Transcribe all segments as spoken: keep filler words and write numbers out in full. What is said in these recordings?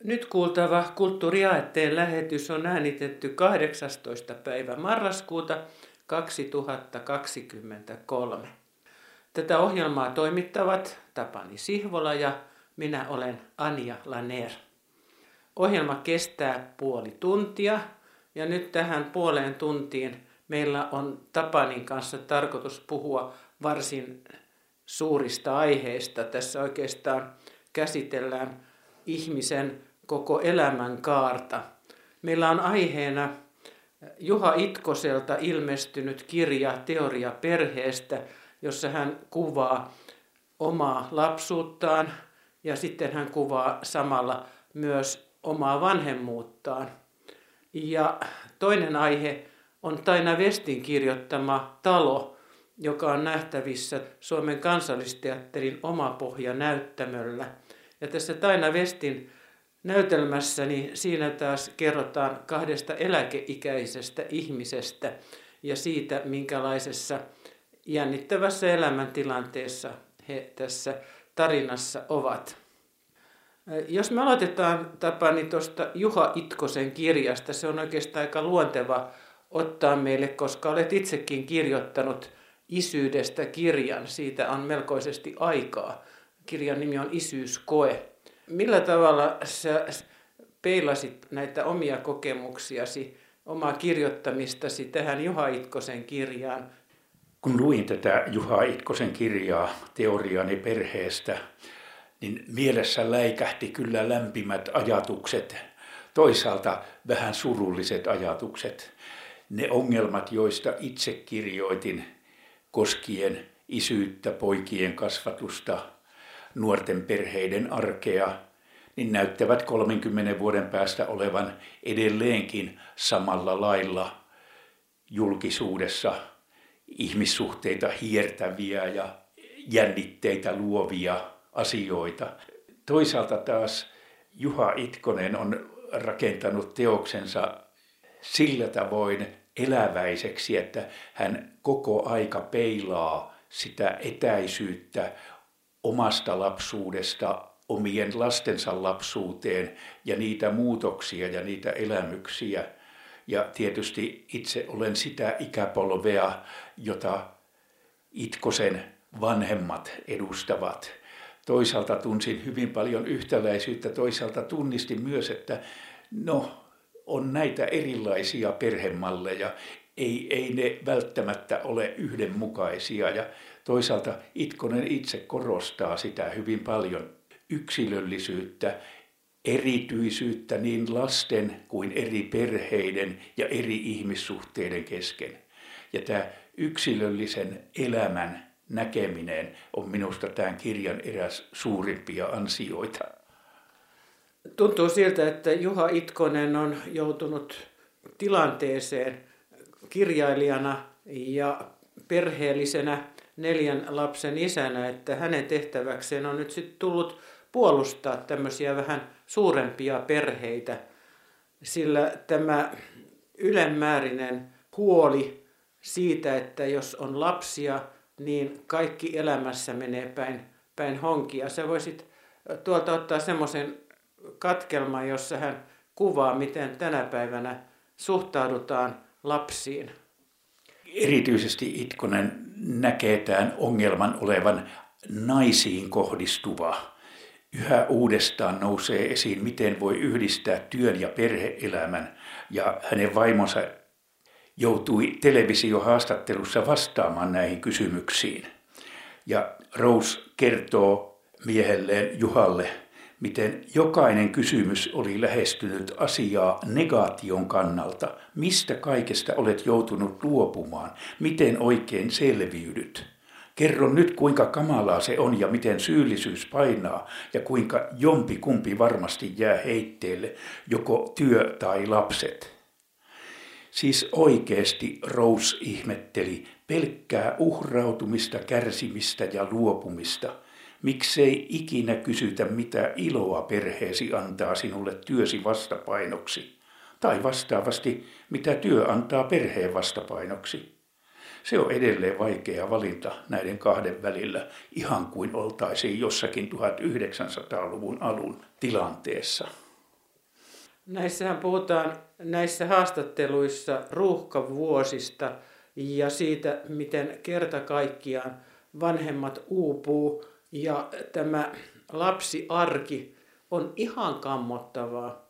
Nyt kuultava Kulttuuriaatteen lähetys on äänitetty kahdeksastoista päivä marraskuuta kaksituhattakaksikymmentäkolme. Tätä ohjelmaa toimittavat Tapani Sihvola ja minä olen Anja Laner. Ohjelma kestää puoli tuntia ja nyt tähän puoleen tuntiin meillä on Tapanin kanssa tarkoitus puhua varsin suurista aiheista. Tässä oikeastaan käsitellään ihmisen koko elämän kaarta. Meillä on aiheena Juha Itkoselta ilmestynyt kirja Teoria perheestä, jossa hän kuvaa omaa lapsuuttaan ja sitten hän kuvaa samalla myös omaa vanhemmuuttaan. Ja toinen aihe on Taina Westin kirjoittama Talo, joka on nähtävissä Suomen Kansallisteatterin Omapohja-näyttämöllä. Ja tässä Taina Westin näytelmässä, niin siinä taas kerrotaan kahdesta eläkeikäisestä ihmisestä ja siitä, minkälaisessa jännittävässä elämäntilanteessa he tässä tarinassa ovat. Jos me aloitetaan, Tapani, tuosta Juha Itkosen kirjasta, se on oikeastaan aika luonteva ottaa meille, koska olet itsekin kirjoittanut isyydestä kirjan. Siitä on melkoisesti aikaa. Kirjan nimi on Isyyskoe. Millä tavalla sä peilasit näitä omia kokemuksiasi, omaa kirjoittamistasi tähän Juha Itkosen kirjaan? Kun luin tätä Juha Itkosen kirjaa Teoriani perheestä, niin mielessä läikähti kyllä lämpimät ajatukset, toisaalta vähän surulliset ajatukset. Ne ongelmat, joista itse kirjoitin koskien isyyttä, poikien kasvatusta, nuorten perheiden arkea, niin näyttävät kolmenkymmenen vuoden päästä olevan edelleenkin samalla lailla julkisuudessa ihmissuhteita hiertäviä ja jännitteitä luovia asioita. Toisaalta taas Juha Itkonen on rakentanut teoksensa sillä tavoin eläväiseksi, että hän koko aika peilaa sitä etäisyyttä omasta lapsuudesta omien lastensa lapsuuteen ja niitä muutoksia ja niitä elämyksiä. Ja tietysti itse olen sitä ikäpolvea, jota Itkosen vanhemmat edustavat. Toisaalta tunsin hyvin paljon yhtäläisyyttä, toisaalta tunnistin myös, että no, on näitä erilaisia perhemalleja, ei, ei ne välttämättä ole yhdenmukaisia. Ja toisaalta Itkonen itse korostaa sitä hyvin paljon, yksilöllisyyttä, erityisyyttä niin lasten kuin eri perheiden ja eri ihmissuhteiden kesken. Ja tämä yksilöllisen elämän näkeminen on minusta tämän kirjan eräs suurimpia ansioita. Tuntuu siltä, että Juha Itkonen on joutunut tilanteeseen kirjailijana ja perheellisenä neljän lapsen isänä, että hänen tehtäväkseen on nyt sitten tullut puolustaa tämmöisiä vähän suurempia perheitä, sillä tämä ylenmäärinen huoli siitä, että jos on lapsia, niin kaikki elämässä menee päin, päin honkia. Sä voisit tuolta ottaa semmoisen katkelman, jossa hän kuvaa, miten tänä päivänä suhtaudutaan lapsiin. Erityisesti Itkonen näkee tämän ongelman olevan naisiin kohdistuva. Yhä uudestaan nousee esiin, miten voi yhdistää työn ja perhe-elämän, ja hänen vaimonsa joutui televisiohaastattelussa vastaamaan näihin kysymyksiin. Ja Rose kertoo miehelleen Juhalle, miten jokainen kysymys oli lähestynyt asiaa negaation kannalta. Mistä kaikesta olet joutunut luopumaan? Miten oikein selviydyt? Kerro nyt, kuinka kamalaa se on ja miten syyllisyys painaa ja kuinka jompi kumpi varmasti jää heitteelle, joko työ tai lapset. Siis oikeasti Rose ihmetteli pelkkää uhrautumista, kärsimistä ja luopumista. Miksei ikinä kysytä, mitä iloa perheesi antaa sinulle työsi vastapainoksi? Tai vastaavasti, mitä työ antaa perheen vastapainoksi? Se on edelleen vaikea valinta näiden kahden välillä, ihan kuin oltaisiin jossakin tuhatyhdeksänsataaluvun alun tilanteessa. Näissähän puhutaan näissä haastatteluissa ruuhkavuosista ja siitä, miten kerta kaikkiaan vanhemmat uupuu ja tämä lapsiarki on ihan kammottavaa.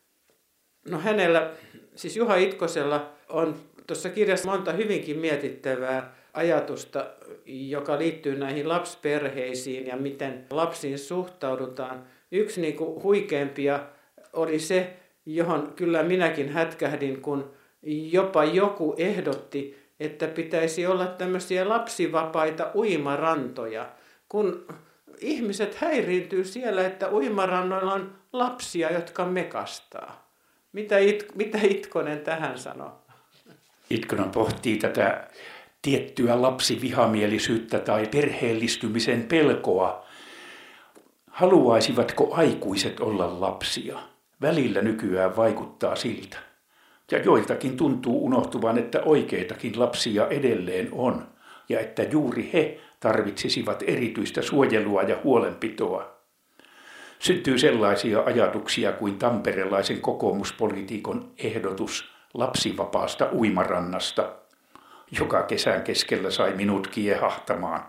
No hänellä, siis Juha Itkosella on tuossa kirjassa monta hyvinkin mietittävää ajatusta, joka liittyy näihin lapsiperheisiin ja miten lapsiin suhtaudutaan. Yksi niin kuin huikeimpia oli se, johon kyllä minäkin hätkähdin, kun jopa joku ehdotti, että pitäisi olla tämmöisiä lapsivapaita uimarantoja, kun ihmiset häiriintyy siellä, että uimarannoilla on lapsia, jotka mekastaa. Mitä, It, mitä Itkonen tähän sanoo? Itkonen pohtii tätä tiettyä lapsivihamielisyyttä tai perheellistymisen pelkoa. Haluaisivatko aikuiset olla lapsia? Välillä nykyään vaikuttaa siltä. Ja joiltakin tuntuu unohtuvan, että oikeitakin lapsia edelleen on, ja että juuri he tarvitsisivat erityistä suojelua ja huolenpitoa. Syntyy sellaisia ajatuksia kuin tamperelaisen kokoomuspoliitikon ehdotus lapsivapaasta uimarannasta, joka kesän keskellä sai minut kiehahtamaan.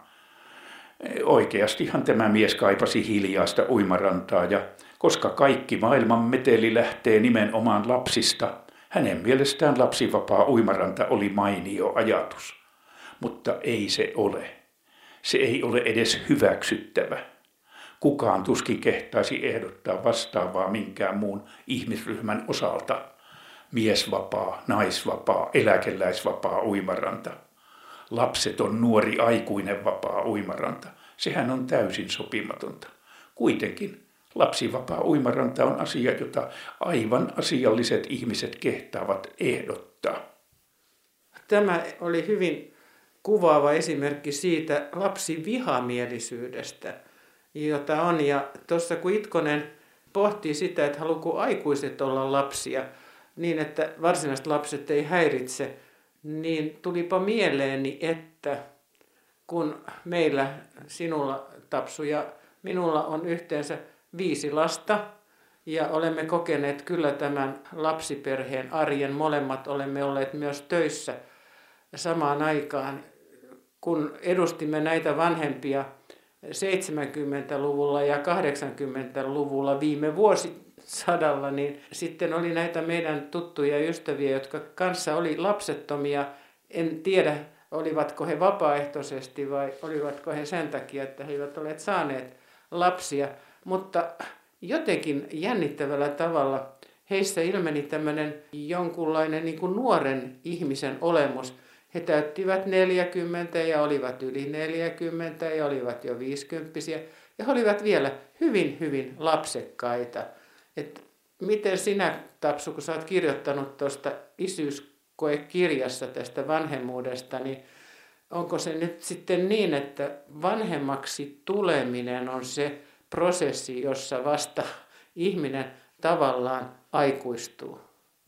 Oikeastihan tämä mies kaipasi hiljaista uimarantaa, ja koska kaikki maailman meteli lähtee nimenomaan lapsista, hänen mielestään lapsivapaa uimaranta oli mainio ajatus. Mutta ei se ole. Se ei ole edes hyväksyttävä. Kukaan tuskin kehtaisi ehdottaa vastaavaa minkään muun ihmisryhmän osalta. Miesvapaa, naisvapaa, eläkeläisvapaa uimaranta. Lapseton nuori aikuinen vapaa uimaranta. Sehän on täysin sopimatonta. Kuitenkin lapsivapaa uimaranta on asia, jota aivan asialliset ihmiset kehtaavat ehdottaa. Tämä oli hyvin kuvaava esimerkki siitä lapsivihamielisyydestä, jota on. Ja tuossa kun Itkonen pohtii sitä, että haluuko aikuiset olla lapsia niin, että varsinaiset lapset ei häiritse, niin tulipa mieleeni, että kun meillä, sinulla Tapsu ja minulla on yhteensä viisi lasta ja olemme kokeneet kyllä tämän lapsiperheen arjen, molemmat olemme olleet myös töissä samaan aikaan, kun edustimme näitä vanhempia seitsemänkymmentäluvulla ja kahdeksankymmentäluvulla viime vuosisadalla, niin sitten oli näitä meidän tuttuja ystäviä, jotka kanssa oli lapsettomia. En tiedä, olivatko he vapaaehtoisesti vai olivatko he sen takia, että he eivät ole saaneet lapsia, mutta jotenkin jännittävällä tavalla heissä ilmeni tämmöinen jonkunlainen niin kuin nuoren ihmisen olemus. He täyttivät neljäkymmentä ja olivat yli neljäkymmentä ja olivat jo viisikymppisiä ja he olivat vielä hyvin, hyvin lapsekkaita. Et miten sinä, Tapsu, kun sä oot kirjoittanut tuosta isyyskoekirjassa tästä vanhemmuudesta, niin onko se nyt sitten niin, että vanhemmaksi tuleminen on se prosessi, jossa vasta ihminen tavallaan aikuistuu?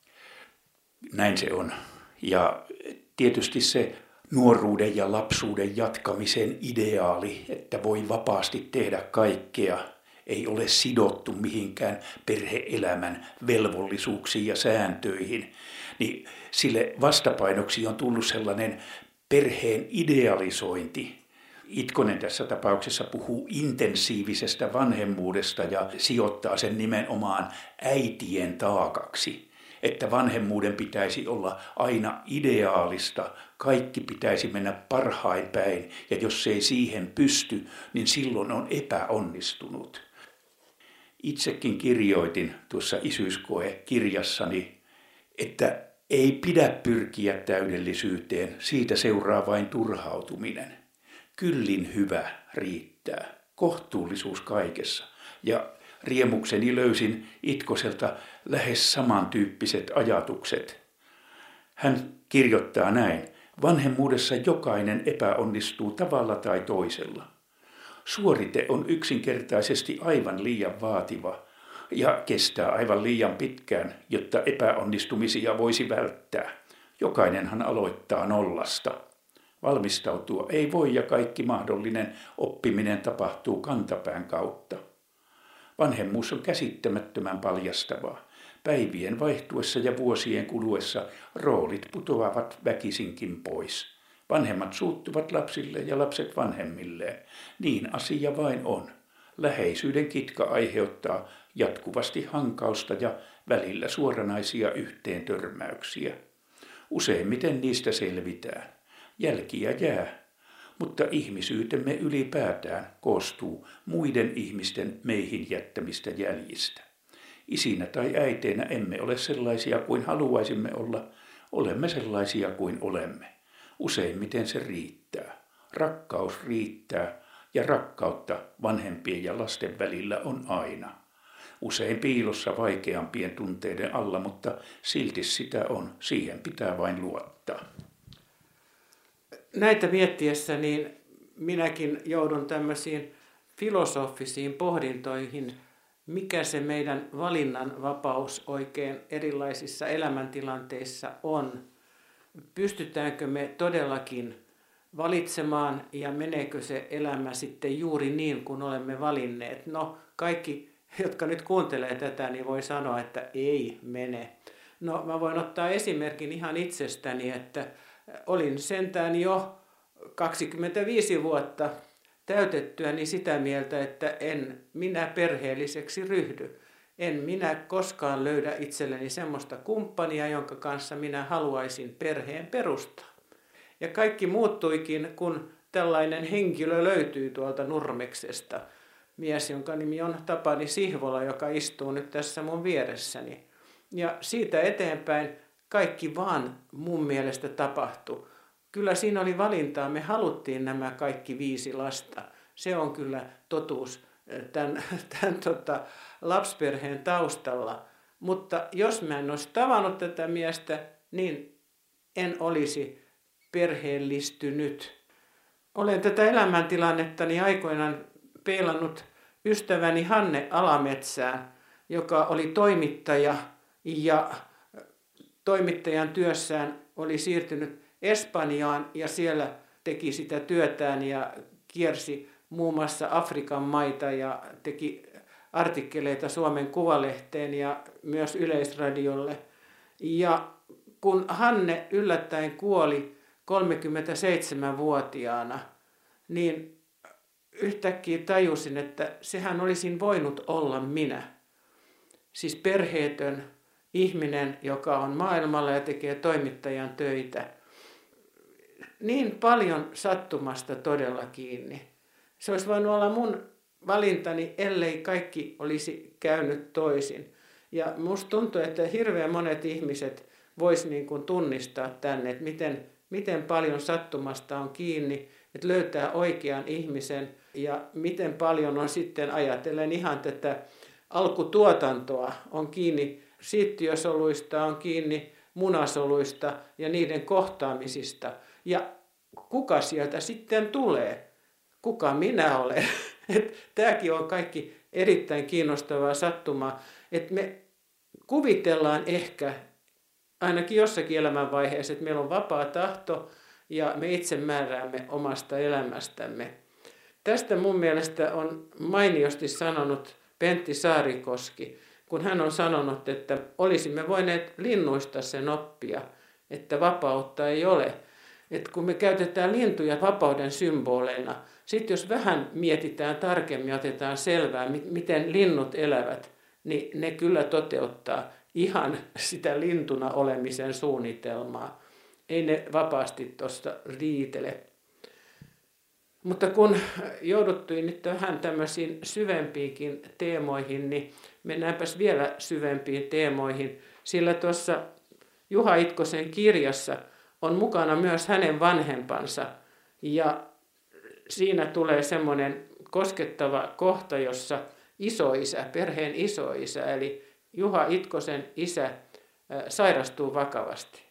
Näin se on. Ja tietysti se nuoruuden ja lapsuuden jatkamisen ideaali, että voi vapaasti tehdä kaikkea, ei ole sidottu mihinkään perhe-elämän velvollisuuksiin ja sääntöihin, niin sille vastapainoksi on tullut sellainen perheen idealisointi. Itkonen tässä tapauksessa puhuu intensiivisestä vanhemmuudesta ja sijoittaa sen nimenomaan äitien taakaksi. Että vanhemmuuden pitäisi olla aina ideaalista, kaikki pitäisi mennä parhain päin, ja jos se ei siihen pysty, niin silloin on epäonnistunut. Itsekin kirjoitin tuossa isyyskoekirjassani, että ei pidä pyrkiä täydellisyyteen, siitä seuraa vain turhautuminen. Kyllin hyvä riittää, kohtuullisuus kaikessa. Ja riemukseni löysin Itkoselta lähes samantyyppiset ajatukset. Hän kirjoittaa näin: vanhemmuudessa jokainen epäonnistuu tavalla tai toisella. Suorite on yksinkertaisesti aivan liian vaativa ja kestää aivan liian pitkään, jotta epäonnistumisia voisi välttää. Jokainenhan aloittaa nollasta. Valmistautua ei voi ja kaikki mahdollinen oppiminen tapahtuu kantapään kautta. Vanhemmuus on käsittämättömän paljastavaa. Päivien vaihtuessa ja vuosien kuluessa roolit putoavat väkisinkin pois. Vanhemmat suuttuvat lapsille ja lapset vanhemmilleen. Niin asia vain on. Läheisyyden kitka aiheuttaa jatkuvasti hankausta ja välillä suoranaisia yhteentörmäyksiä. Useimmiten niistä selvitään. Jälkiä jää, mutta ihmisyytemme ylipäätään koostuu muiden ihmisten meihin jättämistä jäljistä. Isinä tai äiteinä emme ole sellaisia kuin haluaisimme olla, olemme sellaisia kuin olemme. Useimmiten se riittää. Rakkaus riittää ja rakkautta vanhempien ja lasten välillä on aina. Usein piilossa vaikeampien tunteiden alla, mutta silti sitä on. Siihen pitää vain luottaa. Näitä miettiessä niin minäkin joudun tämmöisiin filosofisiin pohdintoihin, mikä se meidän valinnanvapaus oikein erilaisissa elämäntilanteissa on. Pystytäänkö me todellakin valitsemaan ja meneekö se elämä sitten juuri niin kuin olemme valinneet? No kaikki, jotka nyt kuuntelee tätä, niin voi sanoa, että ei mene. No mä voin ottaa esimerkin ihan itsestäni, että olin sentään jo kaksikymmentäviisi vuotta täytettyäni sitä mieltä, että en minä perheelliseksi ryhdy. En minä koskaan löydä itselleni semmoista kumppania, jonka kanssa minä haluaisin perheen perustaa. Ja kaikki muuttuikin, kun tällainen henkilö löytyy tuolta Nurmeksesta. Mies, jonka nimi on Tapani Sihvola, joka istuu nyt tässä mun vieressäni. Ja siitä eteenpäin kaikki vaan mun mielestä tapahtui. Kyllä siinä oli valintaa. Me haluttiin nämä kaikki viisi lasta. Se on kyllä totuus tämän, tämän tota, lapsiperheen taustalla. Mutta jos mä en olisi tavannut tätä miestä, niin en olisi perheellistynyt. Olen tätä elämäntilannettani aikoinaan peilannut ystäväni Hanne Alametsään, joka oli toimittaja ja toimittajan työssään oli siirtynyt Espanjaan ja siellä teki sitä työtään ja kiersi muun muassa Afrikan maita ja teki artikkeleita Suomen Kuvalehteen ja myös Yleisradiolle. Ja kun Hanne yllättäen kuoli kolmekymmentäseitsemänvuotiaana, niin yhtäkkiä tajusin, että sehän olisin voinut olla minä. Siis perheetön ihminen, joka on maailmalla ja tekee toimittajan töitä. Niin paljon sattumasta todella kiinni. Se olisi voinut olla mun valintani, ellei kaikki olisi käynyt toisin. Ja musta tuntuu, että hirveän monet ihmiset vois niin kuin tunnistaa tänne, että miten, miten paljon sattumasta on kiinni, että löytää oikean ihmisen ja miten paljon on sitten, ajatellen ihan tätä alkutuotantoa, on kiinni siittiösoluista, on kiinni munasoluista ja niiden kohtaamisista. Ja kuka sieltä sitten tulee? Kuka minä olen? Tämäkin on kaikki erittäin kiinnostavaa sattumaa, että me kuvitellaan ehkä, ainakin jossakin elämänvaiheessa, että meillä on vapaa tahto ja me itse määräämme omasta elämästämme. Tästä mun mielestä on mainiosti sanonut Pentti Saarikoski, kun hän on sanonut, että olisimme voineet linnuista sen oppia, että vapautta ei ole. Että kun me käytetään lintuja vapauden symboleina, sitten jos vähän mietitään tarkemmin, otetaan selvää, miten linnut elävät, niin ne kyllä toteuttaa ihan sitä lintuna olemisen suunnitelmaa. Ei ne vapaasti tuosta riitele. Mutta kun jouduttiin nyt vähän tämmöisiin syvempiinkin teemoihin, niin mennäänpäs vielä syvempiin teemoihin, sillä tuossa Juha Itkosen kirjassa on mukana myös hänen vanhempansa ja siinä tulee semmoinen koskettava kohta, jossa isoisä, perheen isoisä, eli Juha Itkosen isä, sairastuu vakavasti.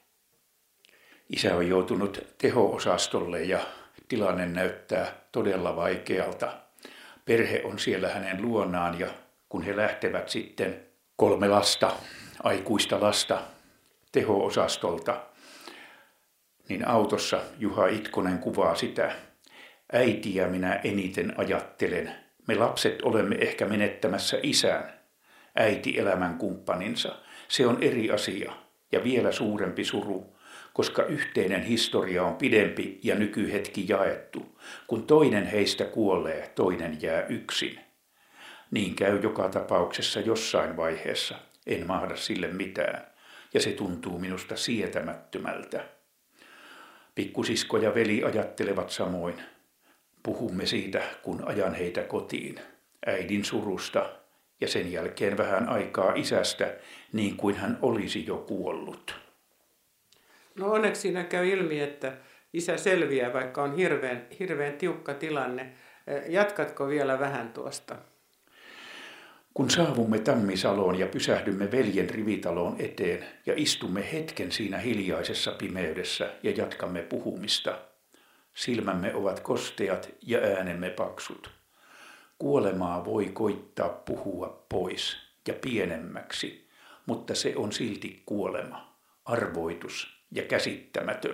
Isä on joutunut teho-osastolle ja tilanne näyttää todella vaikealta. Perhe on siellä hänen luonaan ja kun he lähtevät sitten kolme lasta, aikuista lasta teho-osastolta, niin autossa Juha Itkonen kuvaa sitä. Äitiä minä eniten ajattelen. Me lapset olemme ehkä menettämässä isän, äiti elämän kumppaninsa. Se on eri asia ja vielä suurempi suru, koska yhteinen historia on pidempi ja nykyhetki jaettu. Kun toinen heistä kuolee, toinen jää yksin. Niin käy joka tapauksessa jossain vaiheessa. En mahda sille mitään. Ja se tuntuu minusta sietämättömältä. Pikkusisko ja veli ajattelevat samoin. Puhumme siitä, kun ajan heitä kotiin. Äidin surusta ja sen jälkeen vähän aikaa isästä, niin kuin hän olisi jo kuollut. No onneksi siinä käy ilmi, että isä selviää, vaikka on hirveän, hirveän tiukka tilanne. Jatkatko vielä vähän tuosta? Kun saavumme Tammisaloon ja pysähdymme veljen rivitaloon eteen ja istumme hetken siinä hiljaisessa pimeydessä ja jatkamme puhumista, silmämme ovat kosteat ja äänemme paksut. Kuolemaa voi koittaa puhua pois ja pienemmäksi, mutta se on silti kuolema, arvoitus ja käsittämätön.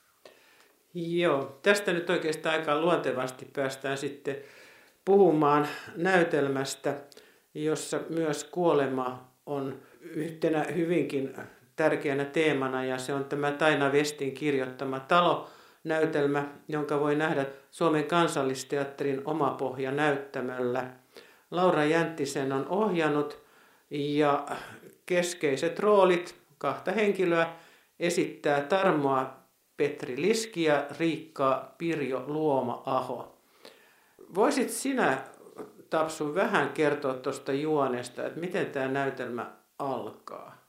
Joo, tästä nyt oikeastaan aika luontevasti päästään sitten puhumaan näytelmästä, jossa myös kuolema on yhtenä hyvinkin tärkeänä teemana, ja se on tämä Taina Westin kirjoittama Talo-näytelmä, jonka voi nähdä Suomen Kansallisteatterin Omapohja-näyttämöllä. Laura Jänttisen on ohjannut, ja keskeiset roolit, kahta henkilöä, esittää Tarmoa Petri Liski ja Riikkaa Pirjo Luoma-aho. Voisit sinä, Tapsu, vähän kertoa tuosta juonesta, että miten tämä näytelmä alkaa?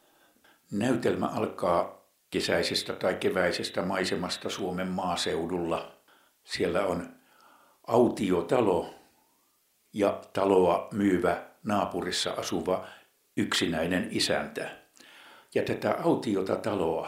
Näytelmä alkaa kesäisestä tai keväisestä maisemasta Suomen maaseudulla. Siellä on autiotalo ja taloa myyvä naapurissa asuva yksinäinen isäntä. Ja tätä autiota taloa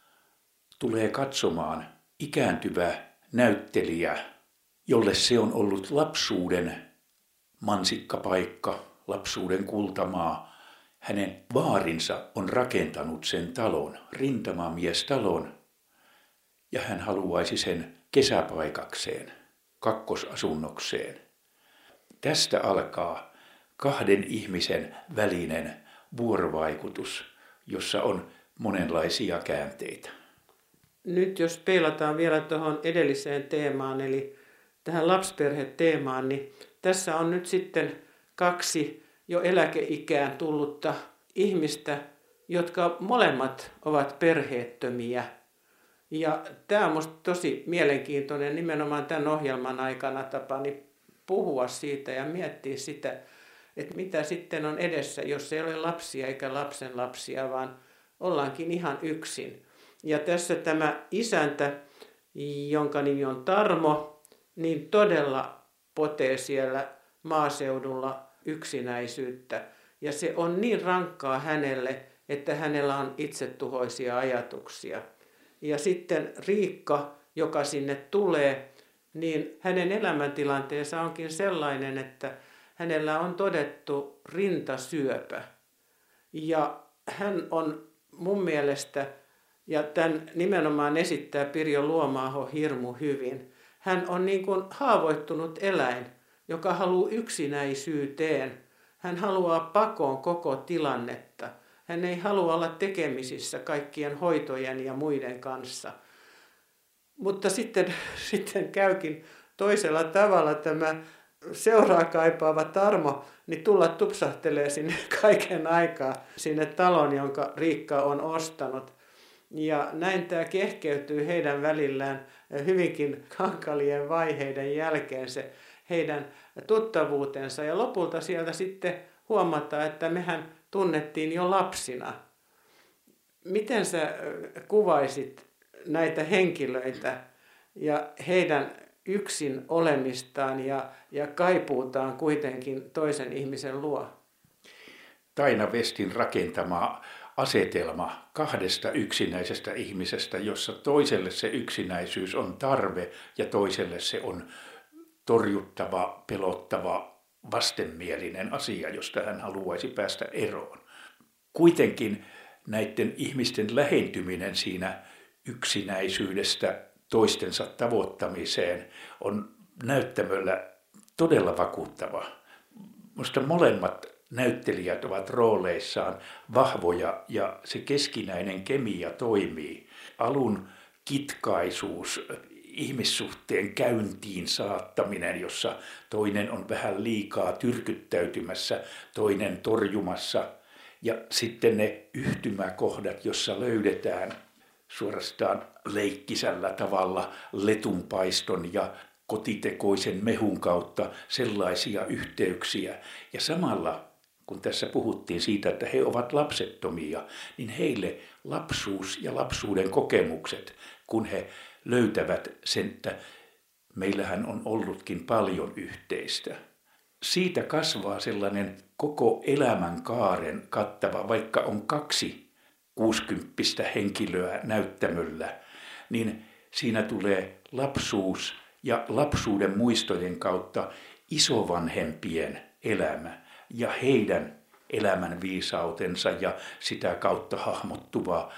tulee katsomaan ikääntyvä näyttelijä, jolle se on ollut lapsuuden mansikkapaikka, lapsuuden kultamaa. Hänen vaarinsa on rakentanut sen talon, rintamamiestalon, ja hän haluaisi sen kesäpaikakseen, kakkosasunnokseen. Tästä alkaa kahden ihmisen välinen vuorovaikutus, jossa on monenlaisia käänteitä. Nyt jos peilataan vielä tuohon edelliseen teemaan, eli tähän lapsiperheteemaan, niin tässä on nyt sitten kaksi jo eläkeikään tullutta ihmistä, jotka molemmat ovat perheettömiä. Ja tämä on minusta tosi mielenkiintoinen nimenomaan tämän ohjelman aikana tapani puhua siitä ja miettiä sitä, että mitä sitten on edessä, jos ei ole lapsia eikä lapsen lapsia, vaan ollaankin ihan yksin. Ja tässä tämä isäntä, jonka nimi on Tarmo, niin todella potee siellä maaseudulla yksinäisyyttä. Ja se on niin rankkaa hänelle, että hänellä on itsetuhoisia ajatuksia. Ja sitten Riikka, joka sinne tulee, niin hänen elämäntilanteensa onkin sellainen, että hänellä on todettu rintasyöpä. Ja hän on mun mielestä, ja tämän nimenomaan esittää Pirjo Luoma-aho hirmu hyvin, hän on niin kuin haavoittunut eläin, joka haluaa yksinäisyyteen. Hän haluaa pakoon koko tilannetta. Hän ei halua olla tekemisissä kaikkien hoitojen ja muiden kanssa. Mutta sitten, sitten käykin toisella tavalla tämä seuraa kaipaava Tarmo, niin tulla tupsahtelee sinne kaiken aikaa sinne talon, jonka Riikka on ostanut. Ja näin tämä kehkeytyy heidän välillään hyvinkin hankalien vaiheiden jälkeen se heidän tuttavuutensa. Ja lopulta sieltä sitten huomataan, että mehän tunnettiin jo lapsina. Miten sä kuvaisit näitä henkilöitä ja heidän yksin olemistaan ja, ja kaipuutaan kuitenkin toisen ihmisen luo? Taina Westin rakentama asetelma kahdesta yksinäisestä ihmisestä, jossa toiselle se yksinäisyys on tarve ja toiselle se on torjuttava, pelottava, vastenmielinen asia, josta hän haluaisi päästä eroon. Kuitenkin näiden ihmisten lähentyminen siinä yksinäisyydestä toistensa tavoittamiseen on näyttämöllä todella vakuuttava. Minusta molemmat näyttelijät ovat rooleissaan vahvoja ja se keskinäinen kemia toimii. Alun kitkaisuus, ihmissuhteen käyntiin saattaminen, jossa toinen on vähän liikaa tyrkyttäytymässä, toinen torjumassa. Ja sitten ne yhtymäkohdat, jossa löydetään suorastaan leikkisällä tavalla letunpaiston ja kotitekoisen mehun kautta sellaisia yhteyksiä. Ja samalla, kun tässä puhuttiin siitä, että he ovat lapsettomia, niin heille lapsuus ja lapsuuden kokemukset, kun he löytävät sen, että meillähän on ollutkin paljon yhteistä. Siitä kasvaa sellainen koko elämän kaaren kattava, vaikka on kaksi kuusikymppistä henkilöä näyttämöllä, niin siinä tulee lapsuus ja lapsuuden muistojen kautta isovanhempien elämä ja heidän elämän viisautensa ja sitä kautta hahmottuva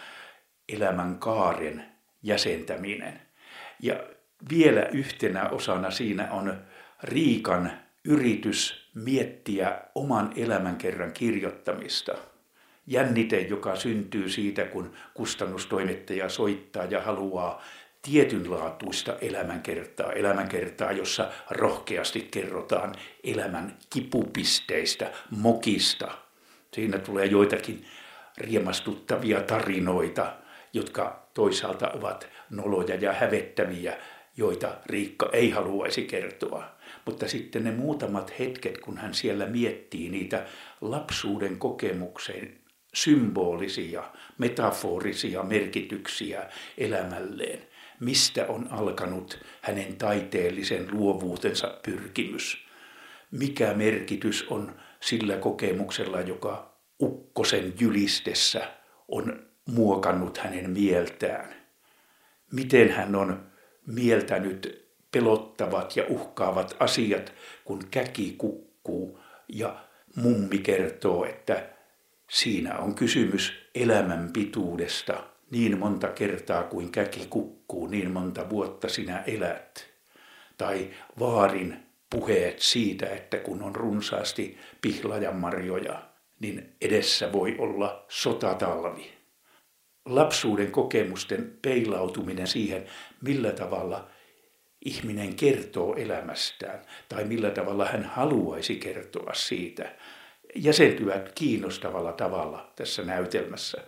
elämän kaaren jäsentäminen. Ja vielä yhtenä osana siinä on Riikan yritys miettiä oman elämänkerran kirjoittamista. Jännite, joka syntyy siitä, kun kustannustoimittaja soittaa ja haluaa tietynlaatuista elämänkertaa, elämänkertaa, jossa rohkeasti kerrotaan elämän kipupisteistä, mokista. Siinä tulee joitakin riemastuttavia tarinoita, jotka toisaalta ovat noloja ja hävettäviä, joita Riikka ei haluaisi kertoa. Mutta sitten ne muutamat hetket, kun hän siellä miettii niitä lapsuuden kokemuksen symbolisia, metaforisia merkityksiä elämälleen, mistä on alkanut hänen taiteellisen luovuutensa pyrkimys. Mikä merkitys on sillä kokemuksella, joka ukkosen jylistessä on muokannut hänen mieltään. Miten hän on mieltänyt pelottavat ja uhkaavat asiat, kun käki kukkuu ja mummi kertoo, että siinä on kysymys elämän pituudesta. Niin monta kertaa kuin käki kukkuu, niin monta vuotta sinä elät. Tai vaarin puheet siitä, että kun on runsaasti pihlajanmarjoja, niin edessä voi olla sotatalvi. Lapsuuden kokemusten peilautuminen siihen, millä tavalla ihminen kertoo elämästään tai millä tavalla hän haluaisi kertoa siitä, jäsentyvät kiinnostavalla tavalla tässä näytelmässä.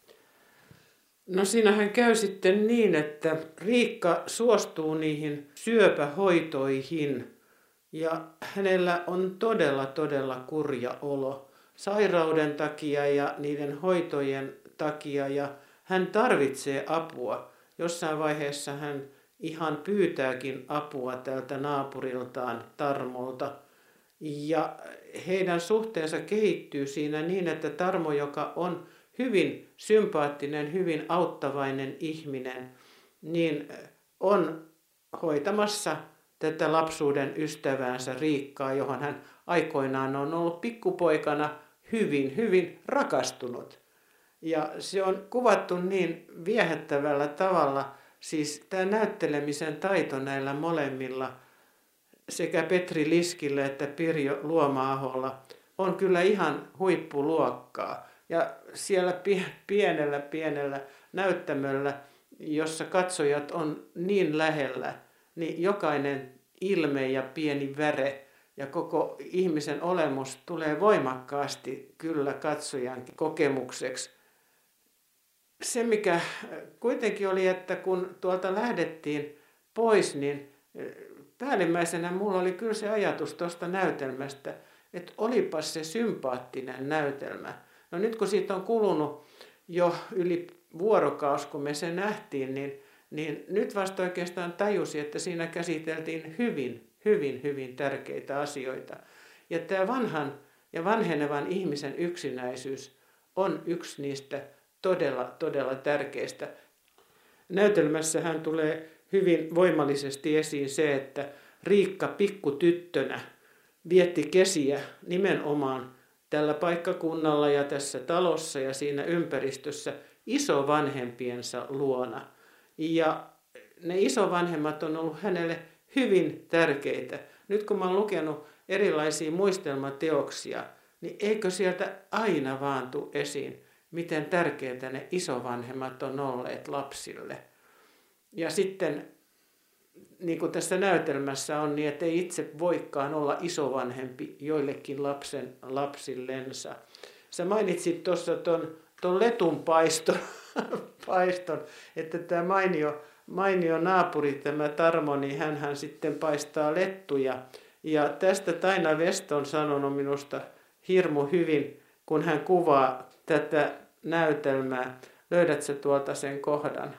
No siinähän käy sitten niin, että Riikka suostuu niihin syöpähoitoihin ja hänellä on todella todella kurja olo sairauden takia ja niiden hoitojen takia ja hän tarvitsee apua. Jossain vaiheessa hän ihan pyytääkin apua tältä naapuriltaan Tarmolta. Ja heidän suhteensa kehittyy siinä niin, että Tarmo, joka on hyvin sympaattinen, hyvin auttavainen ihminen, niin on hoitamassa tätä lapsuuden ystäväänsä Riikkaa, johon hän aikoinaan on ollut pikkupoikana hyvin, hyvin rakastunut. Ja se on kuvattu niin viehättävällä tavalla, siis tämä näyttelemisen taito näillä molemmilla, sekä Petri Liskillä että Pirjo Luoma-aholla, on kyllä ihan huippuluokkaa. Ja siellä pienellä pienellä näyttämöllä, jossa katsojat on niin lähellä, niin jokainen ilme ja pieni väre ja koko ihmisen olemus tulee voimakkaasti kyllä katsojan kokemukseksi. Se mikä kuitenkin oli, että kun tuolta lähdettiin pois, niin päällimmäisenä mulla oli kyllä se ajatus tuosta näytelmästä, että olipas se sympaattinen näytelmä. No nyt kun siitä on kulunut jo yli vuorokausi, kun me se nähtiin, niin, niin nyt vasta oikeastaan tajusin, että siinä käsiteltiin hyvin, hyvin, hyvin tärkeitä asioita. Ja tämä vanhan ja vanhenevan ihmisen yksinäisyys on yksi niistä todella, todella tärkeistä. Näytelmässähän tulee hyvin voimallisesti esiin se, että Riikka pikkutyttönä vietti kesiä nimenomaan tällä paikkakunnalla ja tässä talossa ja siinä ympäristössä isovanhempiensa luona. Ja ne isovanhemmat on ollut hänelle hyvin tärkeitä. Nyt kun mä oon lukenut erilaisia muistelmateoksia niin eikö sieltä aina vaan tule esiin, miten tärkeitä ne isovanhemmat on olleet lapsille. Ja sitten, niin kuin tässä näytelmässä on, niin että ei itse voikaan olla isovanhempi joillekin lapsen lapsillensa. Sä mainitsit tuossa ton, ton letun paiston, paiston, että tämä mainio, mainio naapuri, tämä Tarmo, niin hänhän sitten paistaa lettuja. Ja tästä Taina West on sanonut minusta hirmu hyvin, kun hän kuvaa tätä näytelmää. Löydätkö tuolta sen kohdan?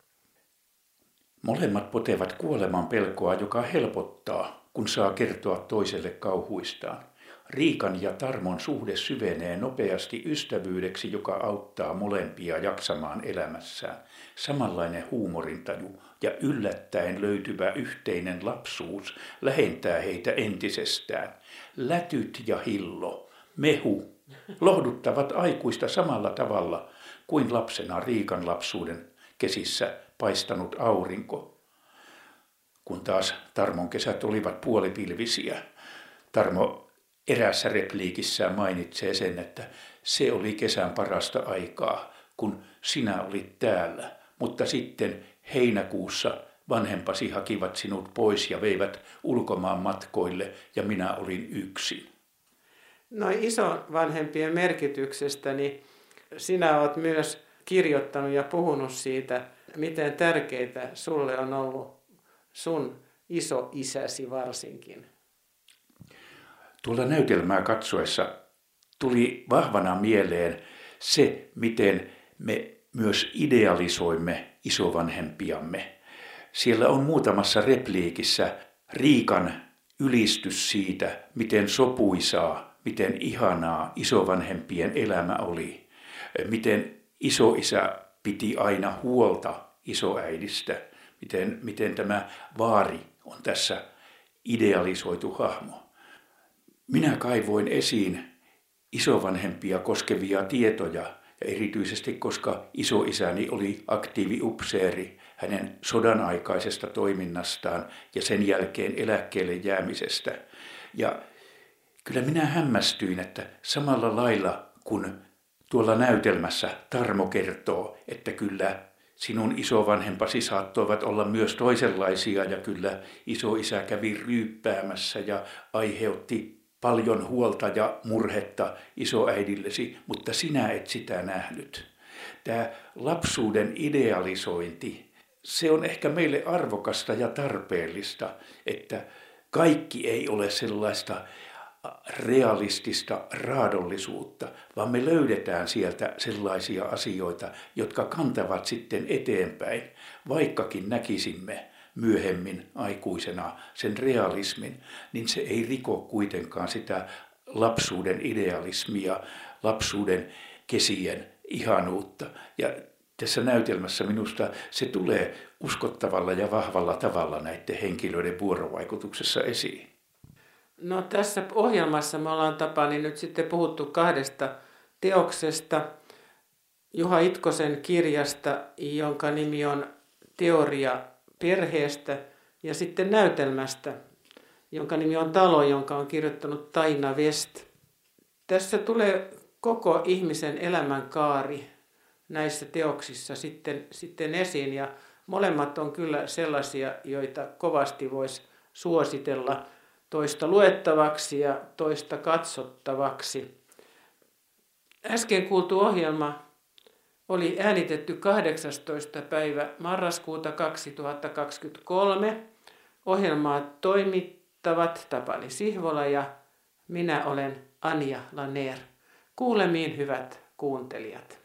Molemmat potevat kuoleman pelkoa, joka helpottaa, kun saa kertoa toiselle kauhuistaan. Riikan ja Tarmon suhde syvenee nopeasti ystävyydeksi, joka auttaa molempia jaksamaan elämässään. Samanlainen huumorintaju ja yllättäen löytyvä yhteinen lapsuus lähentää heitä entisestään. Lätyt ja hillo, mehu, lohduttavat aikuista samalla tavalla kuin lapsena Riikan lapsuuden kesissä paistanut aurinko. Kun taas Tarmon kesät olivat puolipilvisiä, Tarmo eräässä repliikissään mainitsee sen, että se oli kesän parasta aikaa, kun sinä olit täällä, mutta sitten heinäkuussa vanhempasi hakivat sinut pois ja veivät ulkomaan matkoille ja minä olin yksin. No isovanhempien merkityksestä, niin sinä olet myös kirjoittanut ja puhunut siitä, miten tärkeitä sulle on ollut sun isoisäsi varsinkin. Tuolla näytelmää katsoessa tuli vahvana mieleen se, miten me myös idealisoimme isovanhempiamme. Siellä on muutamassa repliikissä Riikan ylistys siitä, miten sopuisaa, miten ihanaa isovanhempien elämä oli. Miten isoisä piti aina huolta isoäidistä, miten, miten tämä vaari on tässä idealisoitu hahmo. Minä kaivoin esiin isovanhempia koskevia tietoja, ja erityisesti koska isoisäni oli aktiiviupseeri hänen sodan aikaisesta toiminnastaan ja sen jälkeen eläkkeelle jäämisestä. Ja kyllä minä hämmästyin, että samalla lailla kun tuolla näytelmässä Tarmo kertoo, että kyllä sinun isovanhempasi saattoivat olla myös toisenlaisia ja kyllä isoisä kävi ryyppäämässä ja aiheutti paljon huolta ja murhetta isoäidillesi, mutta sinä et sitä nähnyt. Tämä lapsuuden idealisointi, se on ehkä meille arvokasta ja tarpeellista, että kaikki ei ole sellaista realistista raadollisuutta, vaan me löydetään sieltä sellaisia asioita, jotka kantavat sitten eteenpäin, vaikkakin näkisimme myöhemmin aikuisena sen realismin, niin se ei riko kuitenkaan sitä lapsuuden idealismia, lapsuuden kesien ihanuutta. Ja tässä näytelmässä minusta se tulee uskottavalla ja vahvalla tavalla näiden henkilöiden vuorovaikutuksessa esiin. No tässä ohjelmassa me ollaan Tapani nyt sitten puhuttu kahdesta teoksesta. Juha Itkosen kirjasta, jonka nimi on Teoria perheestä, ja sitten näytelmästä, jonka nimi on Talo, jonka on kirjoittanut Taina West. Tässä tulee koko ihmisen elämänkaari näissä teoksissa sitten, sitten esiin, ja molemmat on kyllä sellaisia, joita kovasti voisi suositella toista luettavaksi ja toista katsottavaksi. Äsken kuultu ohjelma oli äänitetty kahdeksastoista päivä marraskuuta kaksituhattakaksikymmentäkolme. Ohjelmaa toimittavat Tapani Sihvola ja minä olen Anja Laner. Kuulemiin, hyvät kuuntelijat.